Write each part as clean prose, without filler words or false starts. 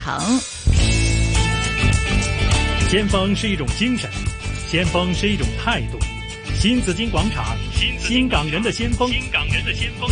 先锋是一种精神，先锋是一种态度。新紫金广场，新港人的先锋，新港人的先锋。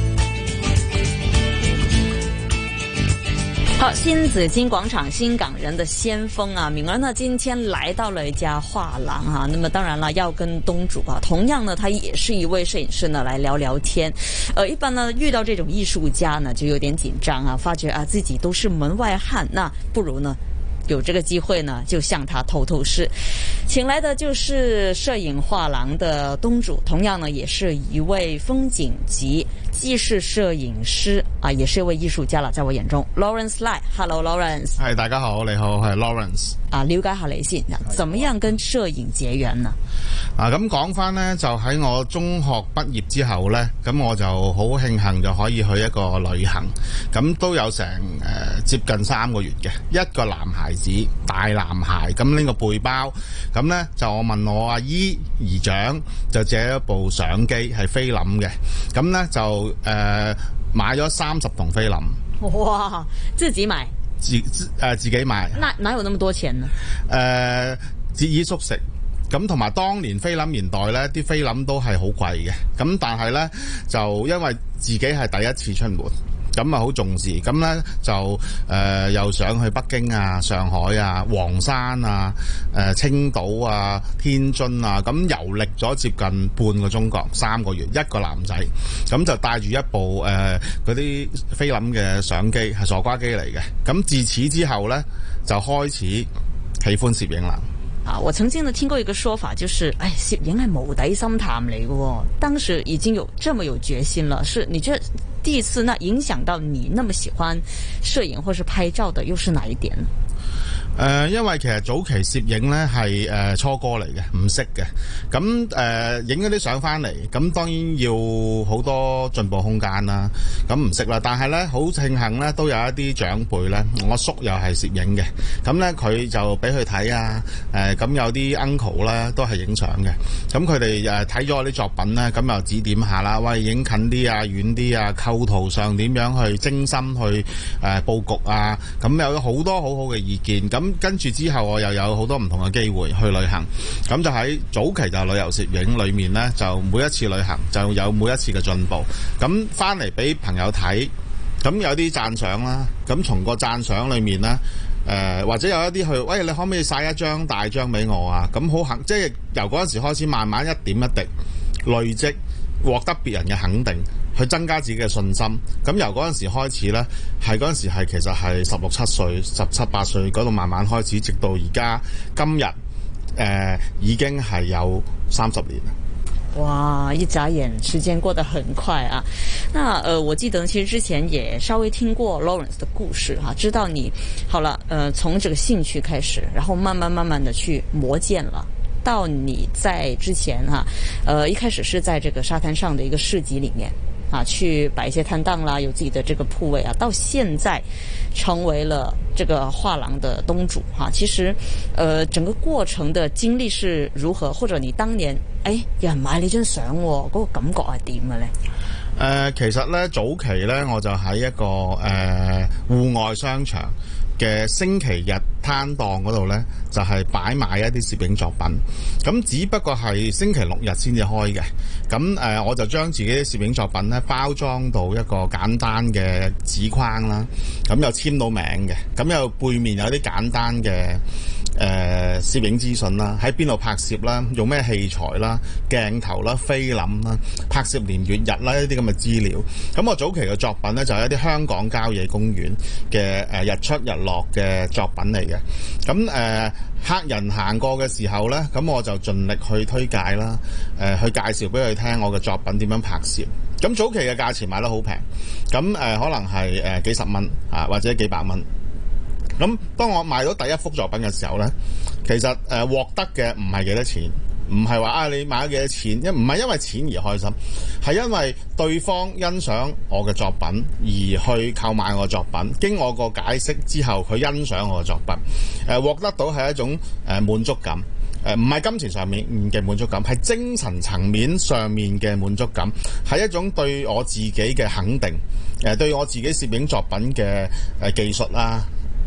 好，新紫金广场，新港人的先锋啊，敏儿呢今天来到了一家画廊啊，那么当然了，要跟东主啊，同样呢，他也是一位摄影师呢，来聊聊天。一般呢遇到这种艺术家呢，就有点紧张啊，发觉啊自己都是门外汉，那不如呢有这个机会呢，就向他透透视。请来的就是摄影画廊的东主，同样呢也是一位风景集纪实摄影师啊，也是一位艺术家了，在我眼中 Lawrence Lai。Hello Lawrence。 係，大家好，你好，我係 Lawrence。 啊，了解下你先，怎麼樣跟攝影結緣呢？ 咁講翻呢，就喺我中學畢業之後呢，咁我就好慶幸就可以去一個旅行，咁都有成接近3個月嘅，一個男孩子大男孩咁拎個背包，咁呢就我問我阿姨姨丈就借咗部相機係菲林嘅，咁呢就買咗30筒菲林。 哇！自己買？ 自己買。 哪有那麼多錢呢？ 節衣縮食。咁同埋當年菲林年代呢，啲菲林都係好貴嘅。咁但係呢，就因為自己係第一次出門，咁啊好重視。咁呢，就又想去北京啊、上海啊、黃山啊、青島啊、天津啊，咁遊歷咗接近半個中國3個月，一個男仔，咁就帶住一部嗰啲菲林嘅相機，係傻瓜機嚟嘅。咁自此之後呢，就開始喜歡攝影啦。 啊，我曾經呢聽過一個說法，就是攝影係無底深潭嚟嘅，當時已經有這麼有決心了，是你覺得第一次那影響到你那麼喜歡攝影或是拍照的又是哪一點呢？ 因為其實早期攝影呢係初哥嚟嘅，唔識嘅。咁影嗰啲相翻嚟，咁當然要好多進步空間啦。咁唔識啦，但係呢，好慶幸呢都有一啲長輩呢，我叔又係攝影嘅，咁呢，佢就俾佢睇啊。咁有啲 uncle 呢都係影相嘅，咁佢哋睇咗我啲作品呢，咁又指點下啦，喂，影近啲啊、遠啲啊，構圖上點樣去精心去佈局啊，咁有好多好好嘅意見。咁跟住之後我又有好多唔同嘅機會去旅行，咁就喺早期就旅遊攝影裏面呢，就每一次旅行就有每一次嘅進步，咁翻嚟俾朋友睇，咁有啲讚賞啦，咁從個讚賞裏面呢，或者有一啲去，喂，你可唔可以曬一張大張俾我啊？咁好即係由嗰陣時開始慢慢一點一滴累積，獲得別人嘅肯定，去增加自己嘅信心。咁由嗰陣時開始呢，係嗰陣時係其實係16、17歲、17、18歲嗰度慢慢開始，直到而家今日已經係有30年。 哇，一眨眼時間過得很快啊。那我記得其實之前也稍微聽過 Lawrence 的故事啊，知道你好了從這個興趣開始，然後慢慢的去磨劍了，到你在之前一開始是在這個沙灘上的一個市集裡面啊，去擺一些攤檔啦，有自己的這個鋪位啊，到現在成為了這個畫廊的東主哈。其實整個過程的經歷是如何，或者你當年有人買你張相嗰個感覺係點嘅呢？ 其實呢，早期呢，我就喺一個戶外商場嘅星期日攤檔嗰度呢，就係擺賣一啲攝影作品。咁只不過係星期6日先至開嘅。咁我就將自己啲攝影作品呢包裝到一個簡單嘅紙框啦，咁又簽到名嘅，咁又背面有啲簡單嘅攝影資訊啦，喺邊度拍攝啦，用咩器材啦、鏡頭啦、菲林啦、拍攝年月日啦，一啲咁嘅資料。咁我早期嘅作品呢，就係一啲香港郊野公園嘅日出日落嘅作品嚟嘅。咁客人行過嘅時候呢，咁我就盡力去推介啦，去介紹俾佢聽我嘅作品點樣拍攝。咁早期嘅價錢買得好平，咁可能係幾十蚊啊，或者幾百蚊。咁當我賣到第一幅作品嘅時候呢，其實獲得嘅唔係幾多錢，唔係話你買咗幾多錢，唔係因為錢而開心，係因為對方欣賞我嘅作品而去購買我嘅作品，經我個解釋之後，佢欣賞我嘅作品，獲得到係一種滿足感。唔係金錢上面嘅滿足感，係精神層面上面嘅滿足感，係一種對我自己嘅肯定，對我自己攝影作品嘅技術啦、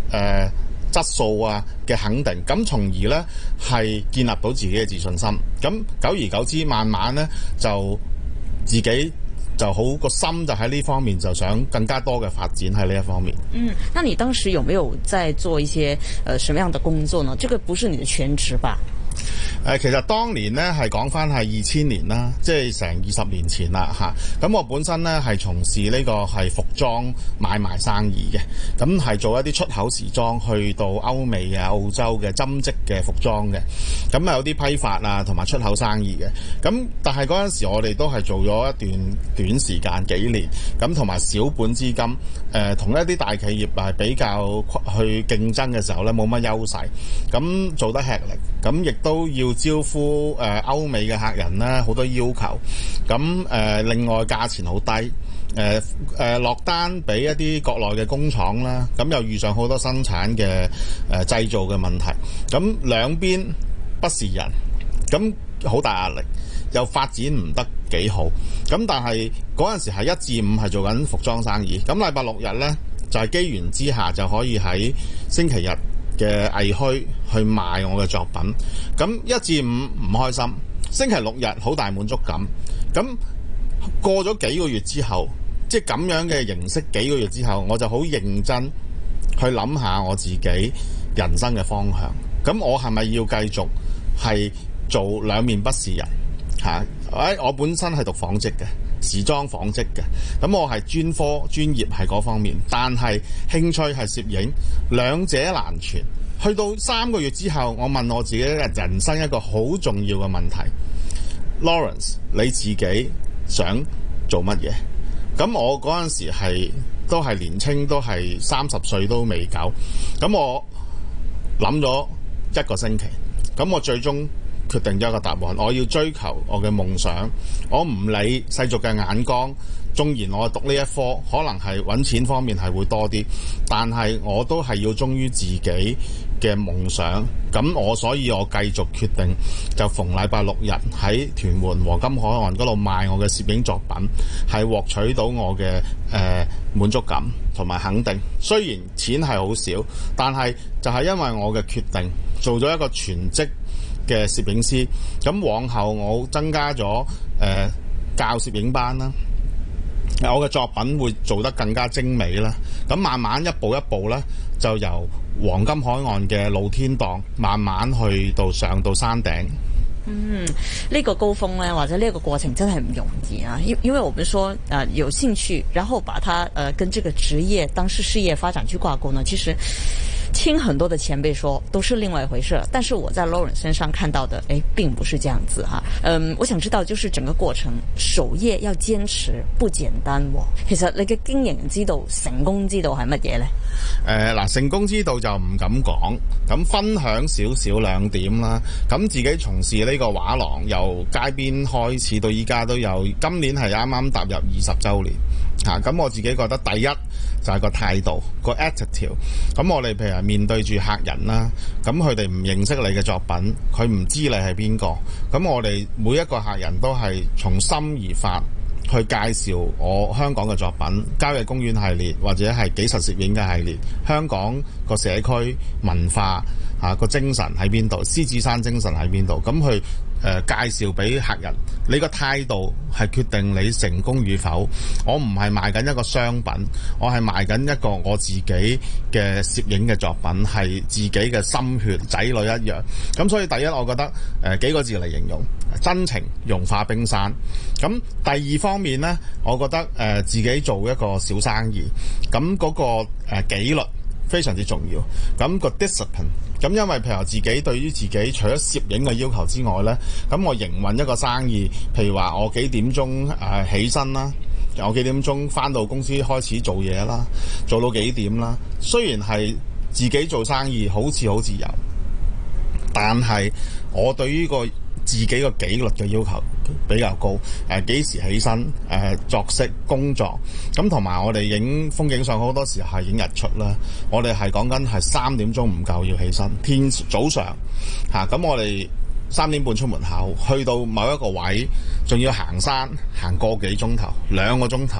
質素啊嘅肯定，咁從而呢係建立到自己嘅自信心。咁久而久之，慢慢呢就自己就好個心就喺呢方面，就想更加多嘅發展喺呢一方面。 那你當時有沒有在做一些什麼樣的工作呢？這個不是你的全職吧？ 其實當年呢係講返係2000年啦，即係成20年前啦嚇。咁我本身呢係從事呢個係服裝買賣生意嘅，咁係做一啲出口時裝去到歐美啊、澳洲嘅針織嘅服裝嘅，咁有啲批發啊同埋出口生意嘅。咁但係嗰陣時我哋都係做咗一段短時間幾年，咁同埋小本資金，同一啲大企業係比較去競爭嘅時候呢，冇乜優勢，咁做得吃力，咁亦都要招呼歐美嘅客人啦，好多要求。咁另外價錢好低，落單俾一啲國內嘅工廠啦，咁又遇上好多生產嘅製造嘅問題，咁兩邊不是人，咁好大壓力，又發展唔得幾好。咁但係嗰陣時係1至5係做緊服裝生意，咁禮拜6日呢，就係機緣之下就可以喺星期日嘅藝墟去賣我嘅作品。咁1至5唔開心，星期6日好大滿足感。咁過咗幾個月之後，即係咁樣嘅形式，幾個月之後我就好認真去諗下我自己人生嘅方向。咁我係咪要繼續係做兩面不是人嚇？我本身係讀紡織嘅，時裝紡織嘅，咁我係專科專業係嗰方面，但係興趣係攝影，兩者難全。去到3個月之後，我問我自己人生一個好重要嘅問題 Lawrence， 你自己想做乜嘢？咁我嗰陣時都係年青，都係30歲都未夠。咁我諗咗1個星期，咁我最終決定咗一個答案，我要追求我嘅夢想，我唔理世俗嘅眼光。縱然我讀呢一科可能係揾錢方面係會多啲，但係我都係要忠於自己嘅夢想。咁所以我繼續決定就逢禮拜6日喺屯門黃金海岸嗰度賣我嘅攝影作品，係獲取到我嘅滿足感同埋肯定。雖然錢係好少，但係就係因為我嘅決定，做咗一個全職嘅攝影師。咁往後我增加咗教攝影班啦，我嘅作品會做得更加精美啦。咁慢慢一步一步呢，就由黃金海岸嘅露天檔慢慢去到上到山頂。 呢個高峰呢，或者呢個過程真係唔容易啊！因為我們說有興趣，然後把它跟這個職業當是事業發展去掛鈎呢，其實聽很多的前輩說都是另外一回事，但是我在 Lawrence 身上看到的並不是這樣子哈。我想知道就是整個過程守業要堅持不簡單喎。其實你嘅經營之道、成功之道係乜嘢呢？ 成功之道就唔敢講，咁分享少少2點啦。咁自己從事呢個畫廊由街邊開始到依家都有，今年係啱啱踏入20週年嚇。咁我自己覺得第一就係個態度，個 attitude。咁我哋譬如面對住客人啦，咁佢哋唔認識你嘅作品，佢唔知你係邊個，咁我哋每一個客人都係從心而發去介紹我香港嘅作品，郊野公園系列或者係紀實攝影嘅系列，香港個社區文化個精神喺邊度，獅子山精神喺邊度，咁去介紹俾客人。你個態度係決定你成功與否。我唔係賣緊一個商品，我係賣緊一個我自己嘅攝影嘅作品，係自己嘅心血，仔女一樣。咁所以第一我覺得幾個字嚟形容，真情融化冰山。咁第二方面呢，我覺得自己做一個小生意，咁嗰個紀律非常之重要。咁個 discipline， 咁因為譬如自己對於自己除咗攝影嘅要求之外呢，咁我營運一個生意，譬如話我幾點鐘起身啦，我幾點鐘返到公司開始做嘢啦，做到幾點啦。雖然係自己做生意好似好自由，但係我對於個自己個紀律嘅要求比較高。幾時起身，作息工作，咁同埋我哋影風景相好多時係影日出啦。我哋係講緊係3點鐘唔夠要起身，早上咁我哋3點半出門口，去到某一個位，仲要行山行個幾鐘頭，2個鐘頭，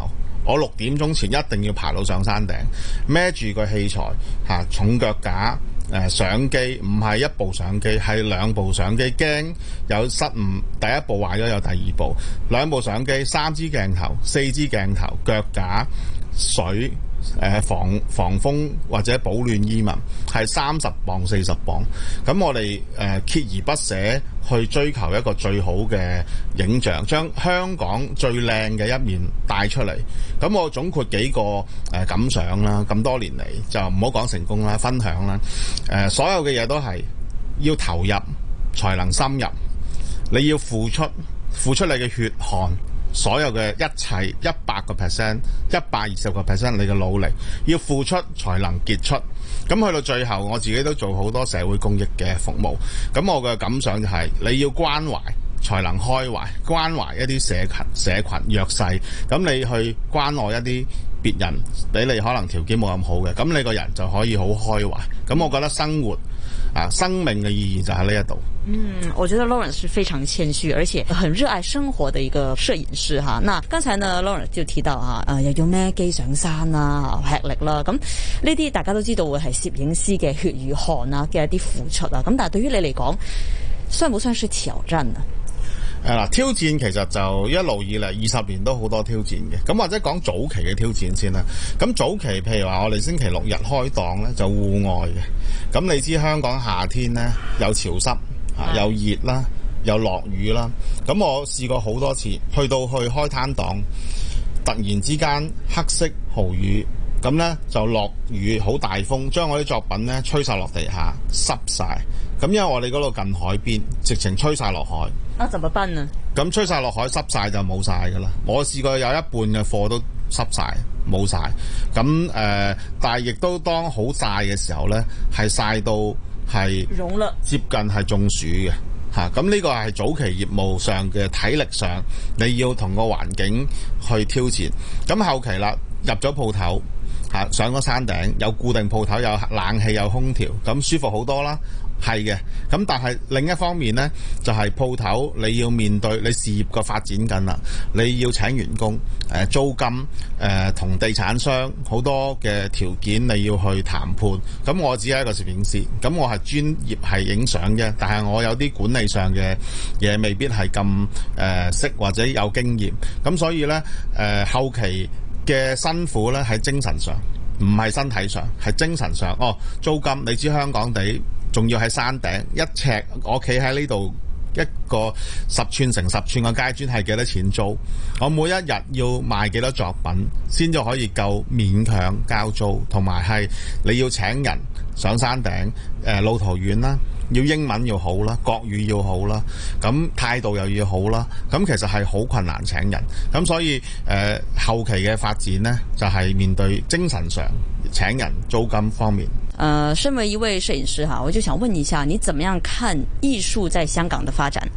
我6點鐘前一定要爬到上山頂，孭住個器材重腳架。相機唔係一部相機，係2部相機，驚有失誤。第一部壞咗，有第二部，2部相機，3支鏡頭，4支鏡頭，腳架、水、防風或者保暖衣物，係30磅40磅。咁我哋鍥而不捨去追求一個最好嘅影像，將香港最靚嘅一面帶出嚟。咁我總括幾個感想啦，咁多年嚟就唔好講成功啦，分享啦。所有嘅嘢都係要投入才能深入，你要付出你嘅血汗，所有嘅一切100%、120%你嘅努力要付出才能傑出。咁去到最後，我自己都做好多社會公益嘅服務。咁我嘅感想就係，你要關懷才能開懷，關懷一啲社群弱勢。咁你去關愛一啲別人比你可能條件冇咁好嘅，咁你個人就可以好開懷。咁我覺得生活生命嘅意義就喺呢一度。 我覺得 Lawrence 是非常謙虛，而且很熱愛生活的一個攝影師哈。那剛才呢 Lawrence 就提到又要孭機上山啦，吃力啦，咁呢啲大家都知道會係攝影師嘅血與汗啊嘅一啲付出啊。咁但係對於你嚟講，算唔算是挑戰啊？ 挑戰其實就一路以嚟20年都好多挑戰嘅。咁或者講早期嘅挑戰先啦。咁早期譬如話我哋星期六日開檔呢，就戶外嘅。咁你知香港夏天呢，有潮濕又熱啦，又落雨啦。咁我試過好多次去開攤檔，突然之間黑色豪雨，咁呢就落雨好大風，將我啲作品呢吹晒落地下濕晒。咁因為我哋嗰度近海邊，直情吹晒落海。 怎麼辦呢？咁吹晒落海濕晒就冇晒噶啦。我試過有一半嘅貨都濕晒冇晒。咁但係亦都當好曬嘅時候呢，係曬到係接近係中暑嘅嚇。咁呢個係早期業務上嘅體力上，你要同個環境去挑戰。咁後期啦，入咗鋪頭上咗山頂，有固定鋪頭，有冷氣，有空調，咁舒服好多啦。係嘅，咁但係另一方面呢，就係鋪頭你要面對你事業嘅發展緊啦，你要請員工，租金，同地產商好多嘅條件你要去談判。咁我只係一個攝影師，咁我係專業係影相嘅，但係我有啲管理上嘅嘢未必係咁識或者有經驗。咁所以呢，後期嘅辛苦呢，喺精神上，唔係身體上，係精神上。租金你知香港地。仲要喺山頂1尺，我企喺呢度一個10寸乘10寸嘅街磚係幾多錢租？我每一日要賣幾多作品先至可以夠勉強交租，同埋係你要請人上山頂，路途遠啦，要英文要好啦，國語要好啦，咁態度又要好啦，咁其實係好困難請人。咁所以後期嘅發展呢，就係面對精神上請人租金方面。 身為一位攝影師哈，我就想問一下，你怎麼樣看藝術在香港的發展？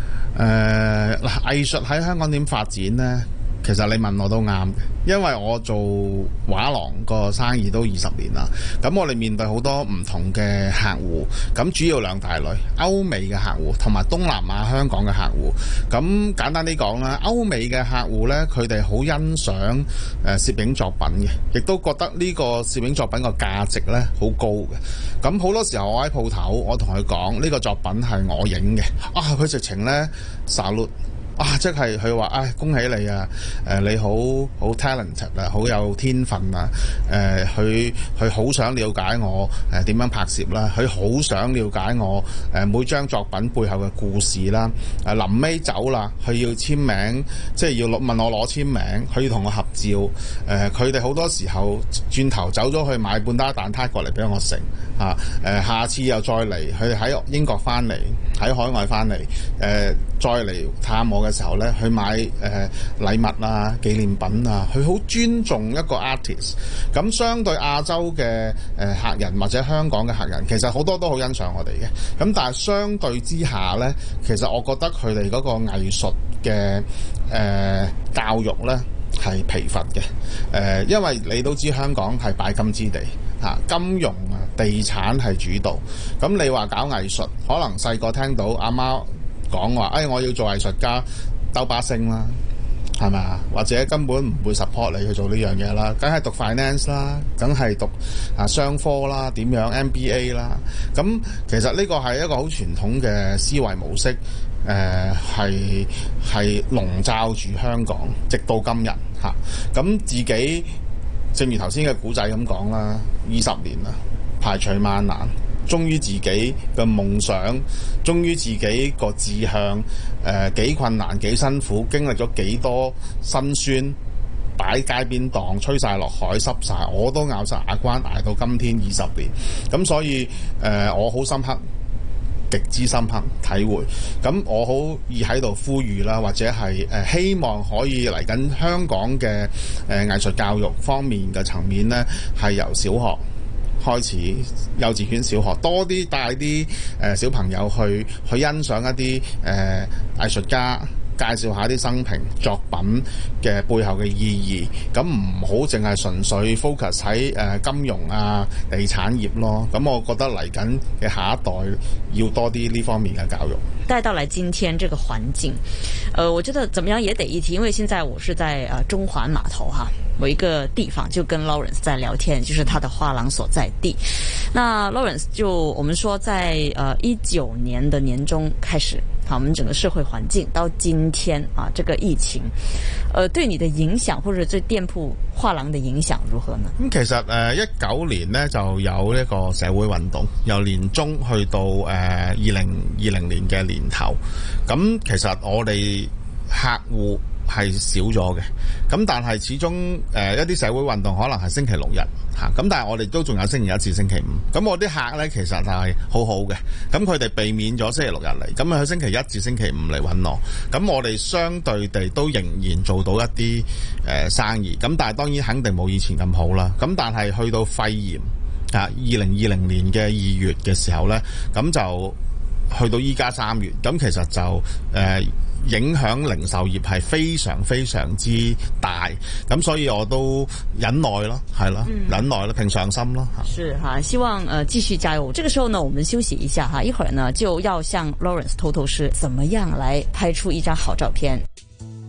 藝術喺香港點發展呢？其實你問我都啱嘅，因為我做畫廊個生意都20年啦。咁我哋面對好多唔同嘅客戶，咁主要2大類，歐美嘅客戶同埋東南亞香港嘅客戶。咁簡單啲講啦，歐美嘅客戶呢，佢哋好欣賞攝影作品嘅，亦都覺得呢個攝影作品個價值呢好高嘅。咁好多時候我喺鋪頭，我同佢講呢個作品係我影嘅，佢直情呢salute。即係佢話恭喜你啊！你好 talented 啊，好有天分啊！佢好想了解我點樣拍攝啦，佢好想了解我每張作品背後嘅故事啦。臨尾走啦，佢要簽名，即係要問我攞簽名，佢要同我合照。佢哋好多時候轉頭走咗去買半打蛋撻過嚟俾我食嚇。下次又再嚟，佢喺英國翻嚟，喺海外翻嚟，再嚟探我嘅時候呢，去買禮物啊、紀念品啊，佢好尊重一個 artist。咁相對亞洲嘅客人或者香港嘅客人，其實好多都好欣賞我哋嘅。咁但係相對之下呢，其實我覺得佢哋嗰個藝術嘅教育呢係疲乏嘅。因為你都知香港係拜金之地嚇，金融啊、地產係主導。咁你話搞藝術，可能細個聽到阿媽講話，我要做藝術家，兜把聲啦係咪啊？或者根本唔會 support 你去做呢樣嘢啦，梗係讀 finance 啦，梗係讀商科啦，點樣 MBA 啦。咁其實呢個係一個好傳統嘅思維模式，係籠罩住香港，直到今日嚇。咁自己正如頭先嘅古仔咁講啦，20年啦，排除萬難，忠於自己嘅夢想，忠於自己個志向，幾困難幾辛苦，經歷咗幾多辛酸，擺街邊檔，吹晒落海濕晒，我都咬晒牙關捱到今天20年。咁所以我好深刻，極之深刻體會。咁我好意喺度呼籲啦，或者係希望可以嚟緊香港嘅藝術教育方面嘅層面呢，係由小學開始，幼稚園、小學多啲帶啲小朋友去欣賞一啲藝術家，介紹下啲生平作品嘅背後嘅意義。咁唔好淨係純粹 focus 喺金融啊、地產業咯。咁我覺得嚟緊嘅下一代要多啲呢方面嘅教育。 帶到來今天這個環境，我覺得怎麼樣也得一提，因為現在我是在中環碼頭哈，有一個地方就跟 Lawrence 在聊天，就是他的畫廊所在地。那 Lawrence 就我們說在19年的年中開始，好，我們整個社會環境到今天啊，這個疫情，對你的影響或者對店鋪畫廊的影響如何呢？ 咁其實19年呢就有呢個社會運動，由年中去到2020年嘅年頭。咁其實我哋客戶係少咗嘅，咁但係始終一啲社會運動可能係星期六日嚇，咁但係我哋都仲有星期一至星期五。咁我啲客呢，其實就係好好嘅，咁佢哋避免咗星期六日嚟，咁佢星期一至星期五嚟揾我，咁我哋相對地都仍然做到一啲生意，咁但係當然肯定冇以前咁好啦。咁但係去到肺炎2020年嘅2月嘅時候呢，咁就去到依家3月，咁其實就影響零售業係非常非常之大，咁所以我都忍耐咯，係咯，忍耐咯，平常心咯。 是哈，希望繼續加油。這個時候呢，我們休息一下哈，一會兒呢就要向 Lawrence 透透視怎麼樣來拍出一張好照片。